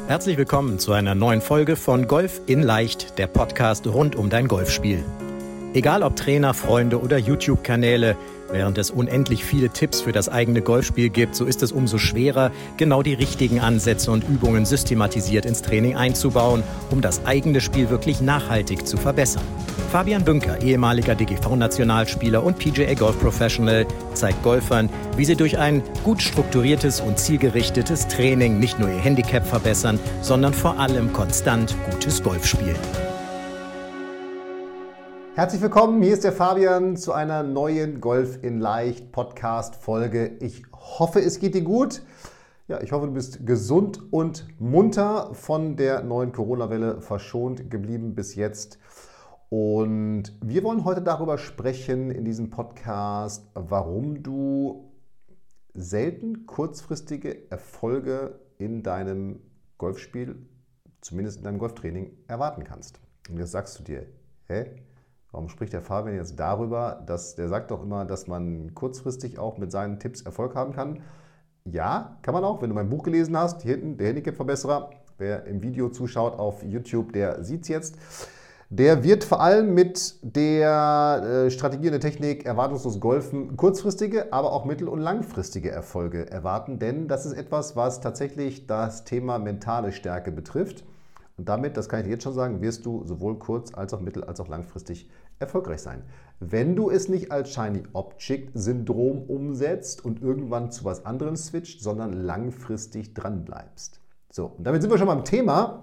Herzlich willkommen zu einer neuen Folge von Golf in Leicht, der Podcast rund um dein Golfspiel. Egal ob Trainer, Freunde oder YouTube-Kanäle, während es unendlich viele Tipps für das eigene Golfspiel gibt, so ist es umso schwerer, genau die richtigen Ansätze und Übungen systematisiert ins Training einzubauen, um das eigene Spiel wirklich nachhaltig zu verbessern. Fabian Bünker, ehemaliger DGV-Nationalspieler und PGA Golf Professional, zeigt Golfern, wie sie durch ein gut strukturiertes und zielgerichtetes Training nicht nur ihr Handicap verbessern, sondern vor allem konstant gutes Golf spielen. Herzlich willkommen, hier ist der Fabian zu einer neuen Golf in Leicht Podcast-Folge. Ich hoffe, es geht dir gut. Ja, ich hoffe, du bist gesund und munter, von der neuen Corona-Welle verschont geblieben bis jetzt. Und wir wollen heute darüber sprechen in diesem Podcast, warum du selten kurzfristige Erfolge in deinem Golfspiel, zumindest in deinem Golftraining, erwarten kannst. Und jetzt sagst du dir, warum spricht der Fabian jetzt darüber, der sagt doch immer, dass man kurzfristig auch mit seinen Tipps Erfolg haben kann. Ja, kann man auch, wenn du mein Buch gelesen hast, hier hinten, der Handicap-Verbesserer, wer im Video zuschaut auf YouTube, der sieht es jetzt. Der wird vor allem mit der Strategie und der Technik erwartungslos golfen kurzfristige, aber auch mittel- und langfristige Erfolge erwarten, denn das ist etwas, was tatsächlich das Thema mentale Stärke betrifft. Und damit, das kann ich dir jetzt schon sagen, wirst du sowohl kurz- als auch mittel- als auch langfristig erfolgreich sein. Wenn du es nicht als Shiny Object Syndrom umsetzt und irgendwann zu was anderem switcht, sondern langfristig dran bleibst. So, und damit sind wir schon beim Thema,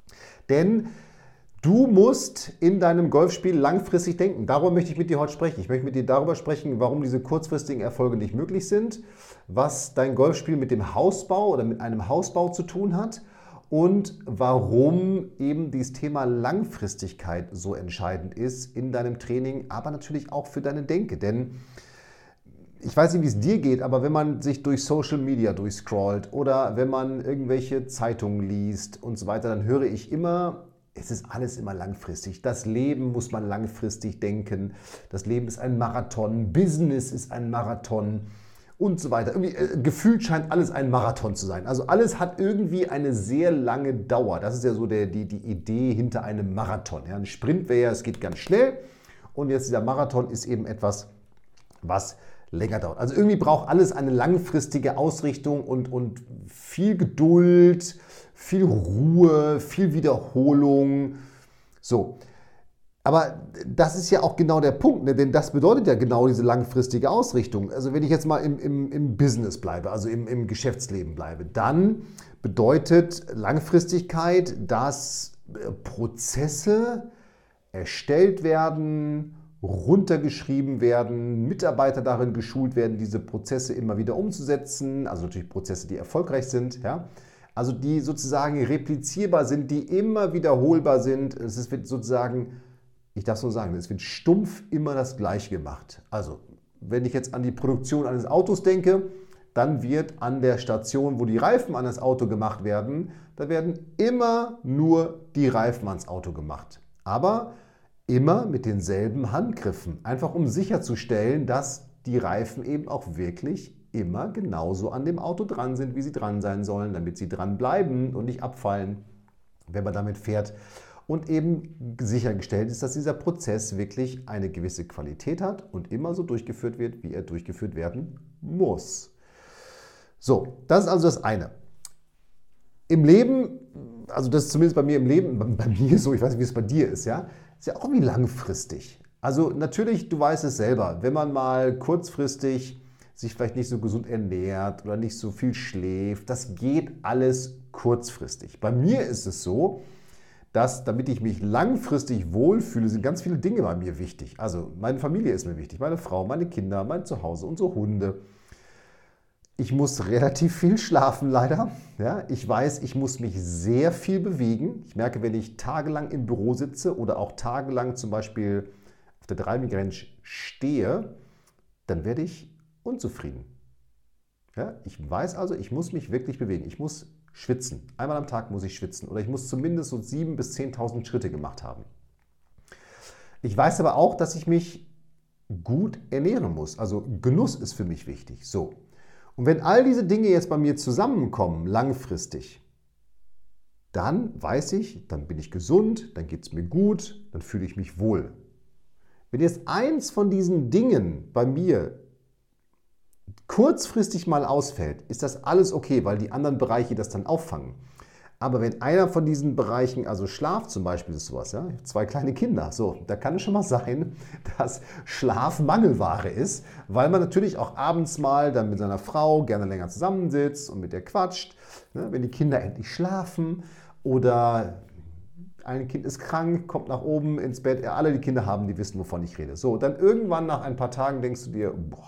denn du musst in deinem Golfspiel langfristig denken. Darüber möchte ich mit dir heute sprechen. Ich möchte mit dir darüber sprechen, warum diese kurzfristigen Erfolge nicht möglich sind, was dein Golfspiel mit dem Hausbau oder mit einem Hausbau zu tun hat und warum eben dieses Thema Langfristigkeit so entscheidend ist in deinem Training, aber natürlich auch für deine Denke. Denn ich weiß nicht, wie es dir geht, aber wenn man sich durch Social Media durchscrollt oder wenn man irgendwelche Zeitungen liest und so weiter, dann höre ich immer, es ist alles immer langfristig. Das Leben muss man langfristig denken. Das Leben ist ein Marathon. Business ist ein Marathon und so weiter. Irgendwie, gefühlt scheint alles ein Marathon zu sein. Also alles hat irgendwie eine sehr lange Dauer. Das ist ja so die Idee hinter einem Marathon. Ja, ein Sprint wäre ja, es geht ganz schnell. Und jetzt dieser Marathon ist eben etwas, was länger dauert. Also irgendwie braucht alles eine langfristige Ausrichtung und viel Geduld, viel Ruhe, viel Wiederholung. So. Aber das ist ja auch genau der Punkt, ne? Denn das bedeutet ja genau diese langfristige Ausrichtung. Also wenn ich jetzt mal im Business bleibe, also im Geschäftsleben bleibe, dann bedeutet Langfristigkeit, dass Prozesse erstellt werden, runtergeschrieben werden, Mitarbeiter darin geschult werden, diese Prozesse immer wieder umzusetzen, also natürlich Prozesse, die erfolgreich sind, ja. Also die sozusagen replizierbar sind, die immer wiederholbar sind. Es wird sozusagen, ich darf es nur sagen, es wird stumpf immer das Gleiche gemacht. Also wenn ich jetzt an die Produktion eines Autos denke, dann wird an der Station, wo die Reifen an das Auto gemacht werden, da werden immer nur die Reifen ans Auto gemacht. Aber immer mit denselben Handgriffen, einfach um sicherzustellen, dass die Reifen eben auch wirklich immer genauso an dem Auto dran sind, wie sie dran sein sollen, damit sie dran bleiben und nicht abfallen, wenn man damit fährt. Und eben sichergestellt ist, dass dieser Prozess wirklich eine gewisse Qualität hat und immer so durchgeführt wird, wie er durchgeführt werden muss. So, das ist also das eine. Im Leben, also das ist zumindest bei mir im Leben, bei mir so, ich weiß nicht, wie es bei dir ist, ja, ist ja auch irgendwie langfristig. Also natürlich, du weißt es selber, wenn man mal kurzfristig sich vielleicht nicht so gesund ernährt oder nicht so viel schläft, das geht alles kurzfristig. Bei mir ist es so, dass, damit ich mich langfristig wohlfühle, sind ganz viele Dinge bei mir wichtig. Also meine Familie ist mir wichtig, meine Frau, meine Kinder, mein Zuhause, unsere Hunde. Ich muss relativ viel schlafen, leider. Ja, ich weiß, ich muss mich sehr viel bewegen. Ich merke, wenn ich tagelang im Büro sitze oder auch tagelang zum Beispiel auf der Driving Range stehe, dann werde ich unzufrieden. Ja, ich weiß also, ich muss mich wirklich bewegen. Ich muss schwitzen. Einmal am Tag muss ich schwitzen. Oder ich muss zumindest so 7.000 bis 10.000 Schritte gemacht haben. Ich weiß aber auch, dass ich mich gut ernähren muss. Also Genuss ist für mich wichtig. So. Und wenn all diese Dinge jetzt bei mir zusammenkommen, langfristig, dann weiß ich, dann bin ich gesund, dann geht es mir gut, dann fühle ich mich wohl. Wenn jetzt eins von diesen Dingen bei mir kurzfristig mal ausfällt, ist das alles okay, weil die anderen Bereiche das dann auffangen. Aber wenn einer von diesen Bereichen, also Schlaf zum Beispiel ist sowas, ja, ich habe 2 kleine Kinder, so, da kann es schon mal sein, dass Schlaf Mangelware ist, weil man natürlich auch abends mal dann mit seiner Frau gerne länger zusammensitzt und mit der quatscht, ne, wenn die Kinder endlich schlafen oder ein Kind ist krank, kommt nach oben ins Bett, alle die Kinder haben, die wissen, wovon ich rede. So, dann irgendwann nach ein paar Tagen denkst du dir, boah,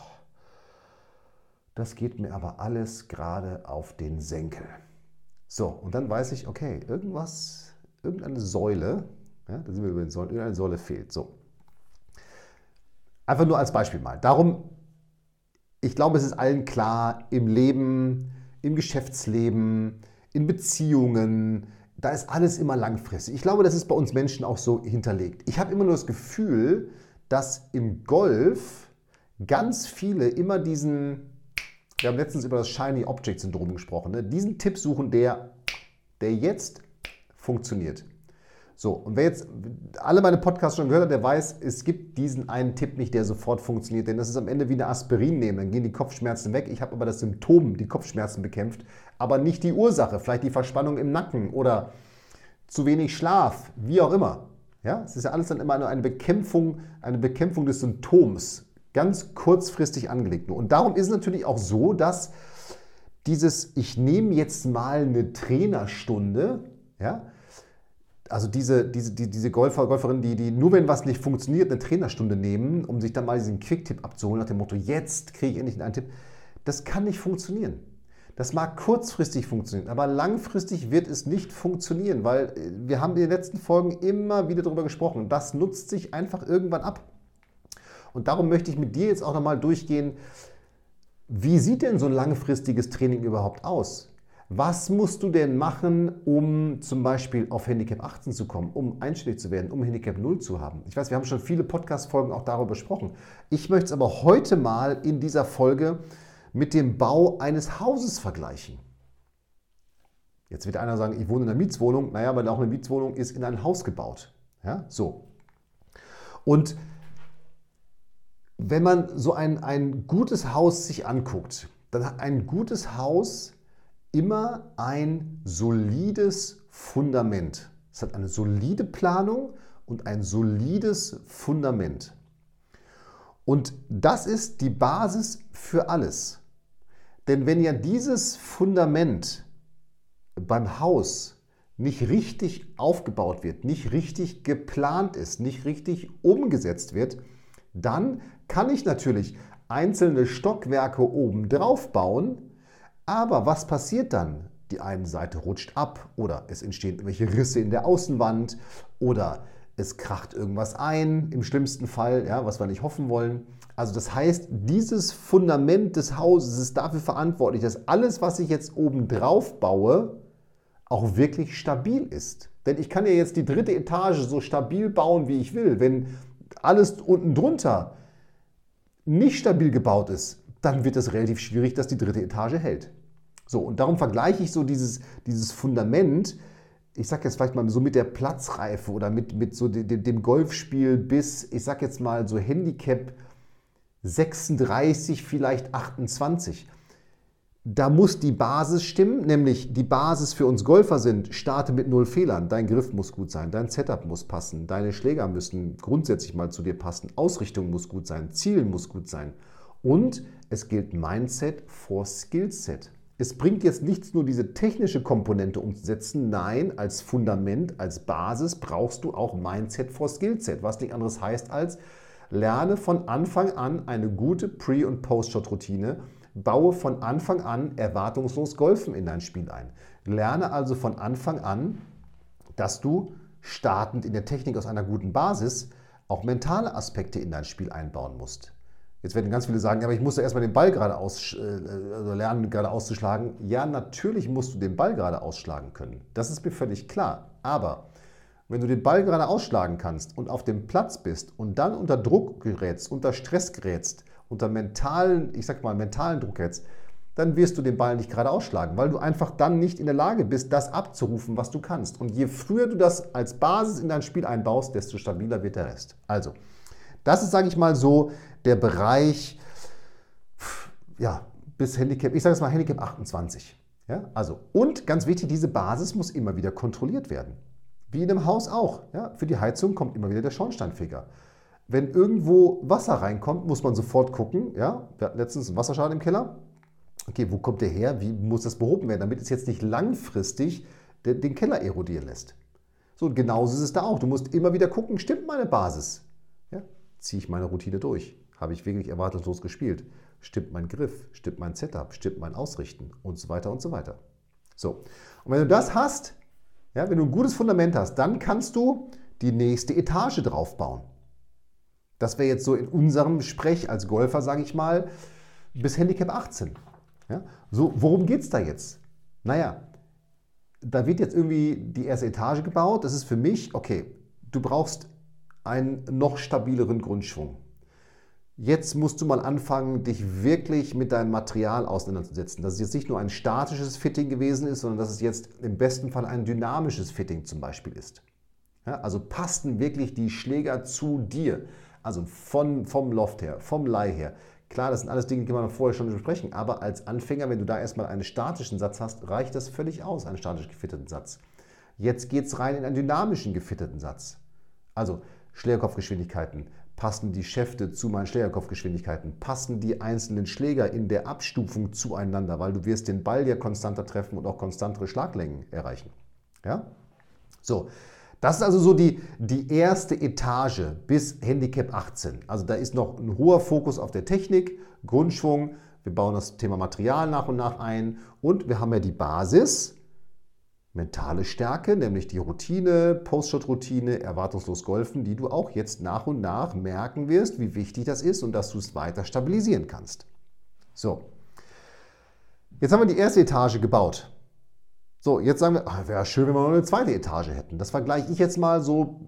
das geht mir aber alles gerade auf den Senkel. So, und dann weiß ich, okay, irgendeine Säule, ja, da sind wir über den Säulen, irgendeine Säule fehlt. So. Einfach nur als Beispiel mal. Darum, ich glaube, es ist allen klar, im Leben, im Geschäftsleben, in Beziehungen, da ist alles immer langfristig. Ich glaube, das ist bei uns Menschen auch so hinterlegt. Ich habe immer nur das Gefühl, dass im Golf ganz viele immer wir haben letztens über das Shiny Object Syndrom gesprochen, ne? Diesen Tipp suchen, der jetzt funktioniert. So, und wer jetzt alle meine Podcasts schon gehört hat, der weiß, es gibt diesen einen Tipp nicht, der sofort funktioniert, denn das ist am Ende wie eine Aspirin nehmen, dann gehen die Kopfschmerzen weg. Ich habe aber das Symptom, die Kopfschmerzen bekämpft, aber nicht die Ursache, vielleicht die Verspannung im Nacken oder zu wenig Schlaf, wie auch immer. Ja, es ist ja alles dann immer nur eine Bekämpfung des Symptoms. Ganz kurzfristig angelegt. Und darum ist es natürlich auch so, dass ich nehme jetzt mal eine Trainerstunde, ja, also diese Golferinnen, die nur wenn was nicht funktioniert, eine Trainerstunde nehmen, um sich dann mal diesen Quick-Tipp abzuholen, nach dem Motto, jetzt kriege ich endlich einen Tipp, das kann nicht funktionieren. Das mag kurzfristig funktionieren, aber langfristig wird es nicht funktionieren, weil wir haben in den letzten Folgen immer wieder darüber gesprochen und das nutzt sich einfach irgendwann ab. Und darum möchte ich mit dir jetzt auch nochmal durchgehen, wie sieht denn so ein langfristiges Training überhaupt aus? Was musst du denn machen, um zum Beispiel auf Handicap 18 zu kommen, um einstellig zu werden, um Handicap 0 zu haben? Ich weiß, wir haben schon viele Podcast-Folgen auch darüber gesprochen. Ich möchte es aber heute mal in dieser Folge mit dem Bau eines Hauses vergleichen. Jetzt wird einer sagen, ich wohne in einer Mietswohnung. Naja, weil auch eine Mietswohnung ist in ein Haus gebaut. Ja, so. Und wenn man so ein gutes Haus sich anguckt, dann hat ein gutes Haus immer ein solides Fundament. Es hat eine solide Planung und ein solides Fundament. Und das ist die Basis für alles. Denn wenn ja dieses Fundament beim Haus nicht richtig aufgebaut wird, nicht richtig geplant ist, nicht richtig umgesetzt wird, dann kann ich natürlich einzelne Stockwerke oben drauf bauen, aber was passiert dann? Die eine Seite rutscht ab oder es entstehen irgendwelche Risse in der Außenwand oder es kracht irgendwas ein, im schlimmsten Fall, ja, was wir nicht hoffen wollen. Also das heißt, dieses Fundament des Hauses ist dafür verantwortlich, dass alles, was ich jetzt oben drauf baue, auch wirklich stabil ist. Denn ich kann ja jetzt die 3. Etage so stabil bauen, wie ich will. Wenn alles unten drunter nicht stabil gebaut ist, dann wird es relativ schwierig, dass die 3. Etage hält. So, und darum vergleiche ich so dieses Fundament, ich sage jetzt vielleicht mal so mit der Platzreife oder mit so dem Golfspiel bis, ich sage jetzt mal so Handicap 36, vielleicht 28. Da muss die Basis stimmen, nämlich die Basis für uns Golfer sind, starte mit 0 Fehlern. Dein Griff muss gut sein, dein Setup muss passen, deine Schläger müssen grundsätzlich mal zu dir passen, Ausrichtung muss gut sein, Ziel muss gut sein. Und es gilt Mindset vor Skillset. Es bringt jetzt nichts, nur diese technische Komponente umzusetzen. Nein, als Fundament, als Basis brauchst du auch Mindset vor Skillset. Was nicht anderes heißt als, lerne von Anfang an eine gute Pre- und Post-Shot-Routine. Baue von Anfang an erwartungslos Golfen in dein Spiel ein. Lerne also von Anfang an, dass du startend in der Technik aus einer guten Basis auch mentale Aspekte in dein Spiel einbauen musst. Jetzt werden ganz viele sagen, ja, aber ich muss ja erstmal den Ball gerade lernen, gerade auszuschlagen. Ja, natürlich musst du den Ball gerade ausschlagen können. Das ist mir völlig klar. Aber wenn du den Ball gerade ausschlagen kannst und auf dem Platz bist und dann unter Druck gerätst, unter Stress gerätst, unter mentalen Druck gerätst, dann wirst du den Ball nicht gerade ausschlagen, weil du einfach dann nicht in der Lage bist, das abzurufen, was du kannst. Und je früher du das als Basis in dein Spiel einbaust, desto stabiler wird der Rest. Also, das ist, sage ich mal so, der Bereich, ja, bis Handicap, ich sage es mal Handicap 28. Ja, also, und ganz wichtig, diese Basis muss immer wieder kontrolliert werden. Wie in einem Haus auch. Ja, für die Heizung kommt immer wieder der Schornsteinfeger. Wenn irgendwo Wasser reinkommt, muss man sofort gucken. Ja, wir hatten letztens einen Wasserschaden im Keller. Okay, wo kommt der her? Wie muss das behoben werden, damit es jetzt nicht langfristig den Keller erodieren lässt? So, und genauso ist es da auch. Du musst immer wieder gucken, stimmt meine Basis? Ja, ziehe ich meine Routine durch? Habe ich wirklich erwartungslos gespielt? Stimmt mein Griff? Stimmt mein Setup? Stimmt mein Ausrichten? Und so weiter und so weiter. So, und wenn du das hast, ja, wenn du ein gutes Fundament hast, dann kannst du die nächste Etage draufbauen. Das wäre jetzt so in unserem Sprech als Golfer, sage ich mal, bis Handicap 18. Ja? So, worum geht es da jetzt? Naja, da wird jetzt irgendwie die erste Etage gebaut. Das ist für mich, okay, du brauchst einen noch stabileren Grundschwung. Jetzt musst du mal anfangen, dich wirklich mit deinem Material auseinanderzusetzen. Dass es jetzt nicht nur ein statisches Fitting gewesen ist, sondern dass es jetzt im besten Fall ein dynamisches Fitting zum Beispiel ist. Ja, also passten wirklich die Schläger zu dir. Also vom Loft her, vom Lie her. Klar, das sind alles Dinge, die kann man vorher schon besprechen, aber als Anfänger, wenn du da erstmal einen statischen Satz hast, reicht das völlig aus, einen statisch gefitteten Satz. Jetzt geht es rein in einen dynamischen gefitteten Satz. Also Schlägerkopfgeschwindigkeiten. Passen die Schäfte zu meinen Schlägerkopfgeschwindigkeiten? Passen die einzelnen Schläger in der Abstufung zueinander? Weil du wirst den Ball ja konstanter treffen und auch konstantere Schlaglängen erreichen. Ja? So, das ist also so die erste Etage bis Handicap 18. Also da ist noch ein hoher Fokus auf der Technik, Grundschwung. Wir bauen das Thema Material nach und nach ein. Und wir haben ja die Basis, mentale Stärke, nämlich die Routine, Post-Shot-Routine, erwartungslos golfen, die du auch jetzt nach und nach merken wirst, wie wichtig das ist und dass du es weiter stabilisieren kannst. So, jetzt haben wir die erste Etage gebaut. So, jetzt sagen wir, wäre schön, wenn wir noch eine zweite Etage hätten. Das vergleiche ich jetzt mal so,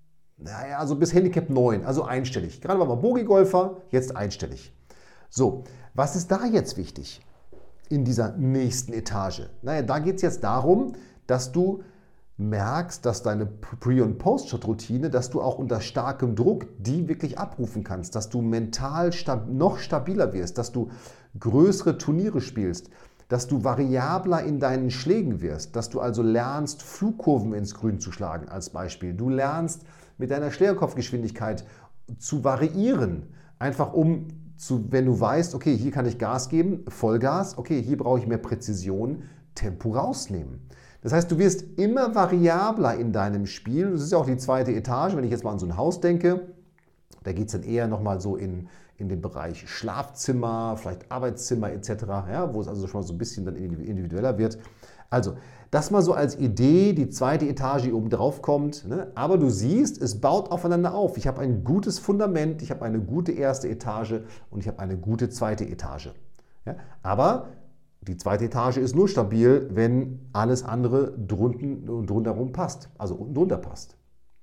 naja, so bis Handicap 9, also einstellig. Gerade waren wir Bogey-Golfer, jetzt einstellig. So, was ist da jetzt wichtig in dieser nächsten Etage? Naja, da geht es jetzt darum, dass du merkst, dass deine Pre- und Post-Shot-Routine, dass du auch unter starkem Druck die wirklich abrufen kannst, dass du mental noch stabiler wirst, dass du größere Turniere spielst, dass du variabler in deinen Schlägen wirst, dass du also lernst, Flugkurven ins Grün zu schlagen als Beispiel. Du lernst mit deiner Schlägerkopfgeschwindigkeit zu variieren, einfach wenn du weißt, okay, hier kann ich Gas geben, Vollgas, okay, hier brauche ich mehr Präzision, Tempo rausnehmen. Das heißt, du wirst immer variabler in deinem Spiel. Das ist ja auch die zweite Etage, wenn ich jetzt mal an so ein Haus denke. Da geht es dann eher nochmal so in den Bereich Schlafzimmer, vielleicht Arbeitszimmer etc., ja, wo es also schon mal so ein bisschen dann individueller wird. Also, das mal so als Idee, die zweite Etage, die oben drauf kommt. Ne? Aber du siehst, es baut aufeinander auf. Ich habe ein gutes Fundament, ich habe eine gute erste Etage und ich habe eine gute zweite Etage. Ja? Aber die zweite Etage ist nur stabil, wenn alles andere drunten und drunterrum passt, also unten drunter passt.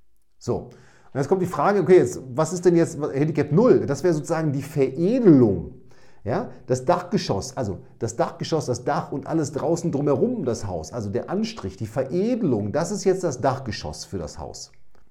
So, und jetzt kommt die Frage, okay, jetzt, was ist denn jetzt Handicap 0? Das wäre sozusagen die Veredelung. Ja, das Dachgeschoss, das Dach und alles draußen drumherum um das Haus, also der Anstrich, die Veredelung, das ist jetzt das Dachgeschoss für das Haus.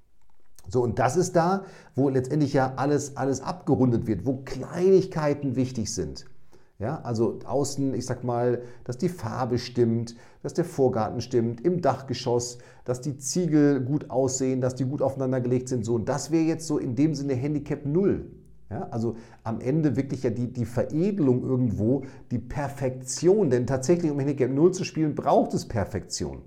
So, und das ist da, wo letztendlich ja alles abgerundet wird, wo Kleinigkeiten wichtig sind. Ja, also außen, ich sag mal, dass die Farbe stimmt, dass der Vorgarten stimmt, im Dachgeschoss, dass die Ziegel gut aussehen, dass die gut aufeinander gelegt sind. So, und das wäre jetzt so in dem Sinne Handicap 0. Ja, also am Ende wirklich ja die Veredelung irgendwo, die Perfektion. Denn tatsächlich, um Handicap 0 zu spielen, braucht es Perfektion.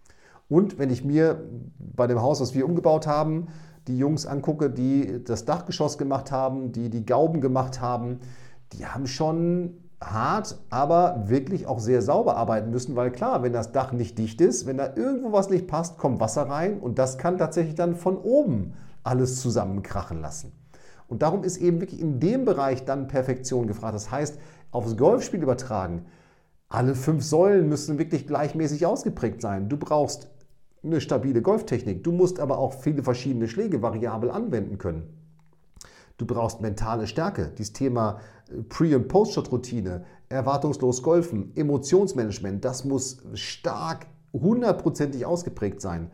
Und wenn ich mir bei dem Haus, was wir umgebaut haben, die Jungs angucke, die das Dachgeschoss gemacht haben, die Gauben gemacht haben, die haben schon hart, aber wirklich auch sehr sauber arbeiten müssen, weil klar, wenn das Dach nicht dicht ist, wenn da irgendwo was nicht passt, kommt Wasser rein und das kann tatsächlich dann von oben alles zusammenkrachen lassen. Und darum ist eben wirklich in dem Bereich dann Perfektion gefragt. Das heißt, aufs Golfspiel übertragen, alle 5 Säulen müssen wirklich gleichmäßig ausgeprägt sein. Du brauchst eine stabile Golftechnik, du musst aber auch viele verschiedene Schläge variabel anwenden können. Du brauchst mentale Stärke. Dieses Thema Pre- und Post-Shot-Routine, erwartungslos golfen, Emotionsmanagement, das muss stark, 100%ig ausgeprägt sein.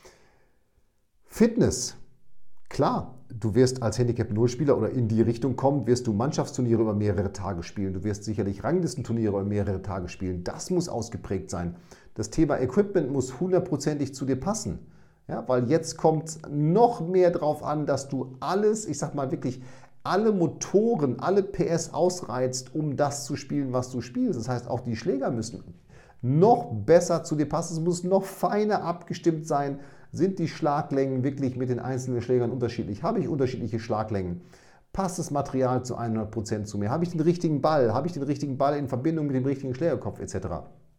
Fitness. Klar, du wirst als Handicap-0-Spieler oder in die Richtung kommen, wirst du Mannschaftsturniere über mehrere Tage spielen. Du wirst sicherlich Ranglistenturniere über mehrere Tage spielen. Das muss ausgeprägt sein. Das Thema Equipment muss 100%ig zu dir passen. Ja, weil jetzt kommt es noch mehr drauf an, dass du alles, ich sag mal wirklich, alle Motoren, alle PS ausreizt, um das zu spielen, was du spielst. Das heißt, auch die Schläger müssen noch besser zu dir passen. Es muss noch feiner abgestimmt sein. Sind die Schlaglängen wirklich mit den einzelnen Schlägern unterschiedlich? Habe ich unterschiedliche Schlaglängen? Passt das Material zu 100% zu mir? Habe ich den richtigen Ball? Habe ich den richtigen Ball in Verbindung mit dem richtigen Schlägerkopf etc.?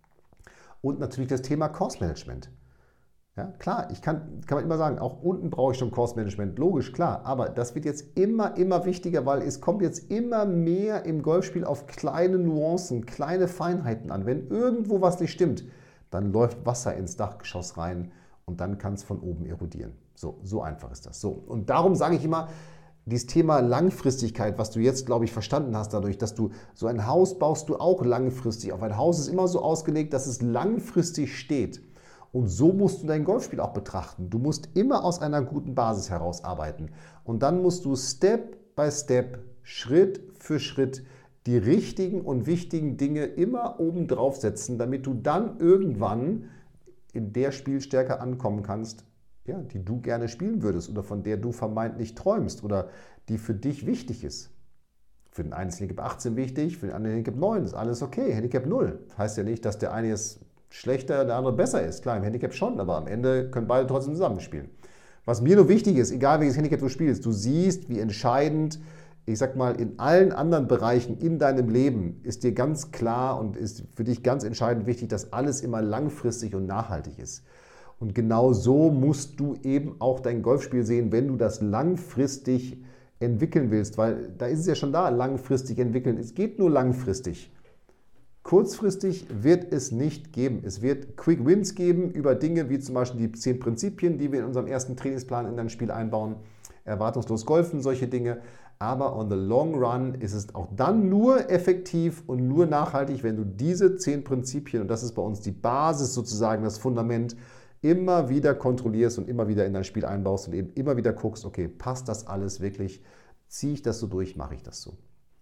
Und natürlich das Thema Course Management. Ja, klar, kann man immer sagen, auch unten brauche ich schon Course Management, logisch, klar, aber das wird jetzt immer wichtiger, weil es kommt jetzt immer mehr im Golfspiel auf kleine Nuancen, kleine Feinheiten an. Wenn irgendwo was nicht stimmt, dann läuft Wasser ins Dachgeschoss rein und dann kann es von oben erodieren. So einfach ist das. So. Und darum sage ich immer, dieses Thema Langfristigkeit, was du jetzt, glaube ich, verstanden hast dadurch, dass du so ein Haus baust, du auch langfristig. Auf ein Haus ist immer so ausgelegt, dass es langfristig steht. Und so musst du dein Golfspiel auch betrachten. Du musst immer aus einer guten Basis heraus arbeiten. Und dann musst du Step by Step, Schritt für Schritt die richtigen und wichtigen Dinge immer oben drauf setzen, damit du dann irgendwann in der Spielstärke ankommen kannst, ja, die du gerne spielen würdest oder von der du vermeintlich träumst oder die für dich wichtig ist. Für den einen ist Handicap 18 wichtig, für den anderen Handicap 9 ist alles okay. Handicap 0 heißt ja nicht, dass der eine jetzt schlechter, der andere besser ist. Klar, im Handicap schon, aber am Ende können beide trotzdem zusammenspielen. Was mir nur wichtig ist, egal welches Handicap du spielst, du siehst, wie entscheidend, ich sag mal, in allen anderen Bereichen in deinem Leben ist dir ganz klar und ist für dich ganz entscheidend wichtig, dass alles immer langfristig und nachhaltig ist. Und genau so musst du eben auch dein Golfspiel sehen, wenn du das langfristig entwickeln willst, weil da ist es ja schon da, langfristig entwickeln. Es geht nur langfristig. Kurzfristig wird es nicht geben. Es wird Quick Wins geben über Dinge wie zum Beispiel die 10 Prinzipien, die wir in unserem ersten Trainingsplan in dein Spiel einbauen. Erwartungslos golfen, solche Dinge. Aber on the long run ist es auch dann nur effektiv und nur nachhaltig, wenn du diese 10 Prinzipien, und das ist bei uns die Basis sozusagen, das Fundament, immer wieder kontrollierst und immer wieder in dein Spiel einbaust und eben immer wieder guckst, okay, passt das alles wirklich? Ziehe ich das so durch? Mache ich das so?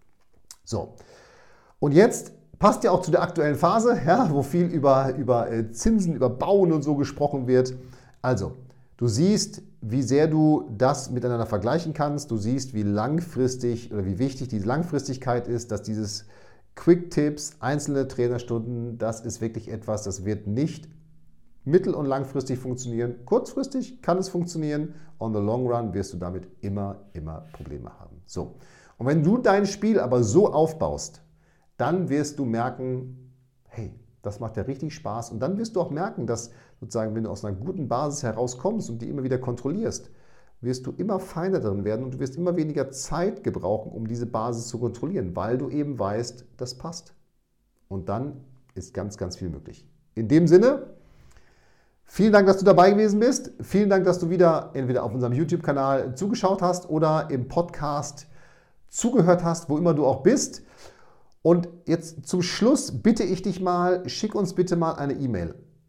So, und jetzt passt ja auch zu der aktuellen Phase, ja, wo viel über Zinsen, über Bauen und so gesprochen wird. Also, du siehst, wie sehr du das miteinander vergleichen kannst. Du siehst, wie langfristig oder wie wichtig die Langfristigkeit ist, dass dieses Quick-Tipps, einzelne Trainerstunden, das ist wirklich etwas, das wird nicht mittel- und langfristig funktionieren. Kurzfristig kann es funktionieren. On the long run wirst du damit immer Probleme haben. So. Und wenn du dein Spiel aber so aufbaust, dann wirst du merken, hey, das macht ja richtig Spaß. Und dann wirst du auch merken, dass sozusagen, wenn du aus einer guten Basis herauskommst und die immer wieder kontrollierst, wirst du immer feiner darin werden und du wirst immer weniger Zeit gebrauchen, um diese Basis zu kontrollieren, weil du eben weißt, das passt. Und dann ist ganz viel möglich. In dem Sinne, vielen Dank, dass du dabei gewesen bist. Vielen Dank, dass du wieder entweder auf unserem YouTube-Kanal zugeschaut hast oder im Podcast zugehört hast, wo immer du auch bist. Und jetzt zum Schluss bitte ich dich mal, schick uns bitte mal eine E-Mail.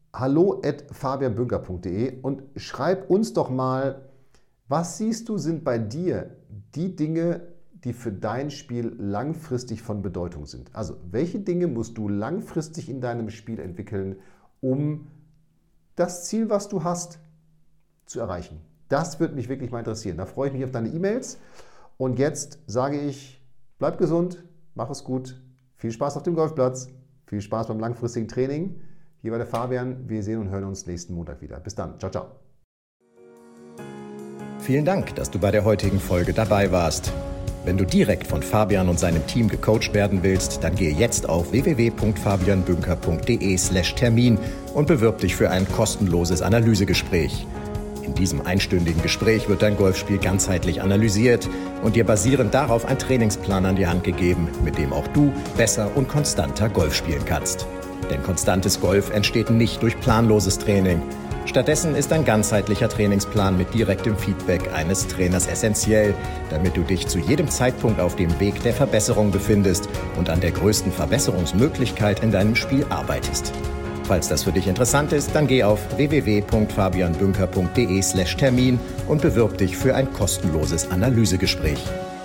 hallo@fabianbünker.de und schreib uns doch mal, was siehst du, sind bei dir die Dinge, die für dein Spiel langfristig von Bedeutung sind. Also, welche Dinge musst du langfristig in deinem Spiel entwickeln, um das Ziel, was du hast, zu erreichen? Das würde mich wirklich mal interessieren. Da freue ich mich auf deine E-Mails. Und jetzt sage ich, bleib gesund, mach es gut. Viel Spaß auf dem Golfplatz, viel Spaß beim langfristigen Training. Hier war der Fabian. Wir sehen und hören uns nächsten Montag wieder. Bis dann. Ciao, ciao. Vielen Dank, dass du bei der heutigen Folge dabei warst. Wenn du direkt von Fabian und seinem Team gecoacht werden willst, dann gehe jetzt auf www.fabianbünker.de/Termin und bewirb dich für ein kostenloses Analysegespräch. In diesem einstündigen Gespräch wird dein Golfspiel ganzheitlich analysiert und dir basierend darauf ein Trainingsplan an die Hand gegeben, mit dem auch du besser und konstanter Golf spielen kannst. Denn konstantes Golf entsteht nicht durch planloses Training. Stattdessen ist ein ganzheitlicher Trainingsplan mit direktem Feedback eines Trainers essentiell, damit du dich zu jedem Zeitpunkt auf dem Weg der Verbesserung befindest und an der größten Verbesserungsmöglichkeit in deinem Spiel arbeitest. Falls das für dich interessant ist, dann geh auf www.fabianbünker.de/Termin und bewirb dich für ein kostenloses Analysegespräch.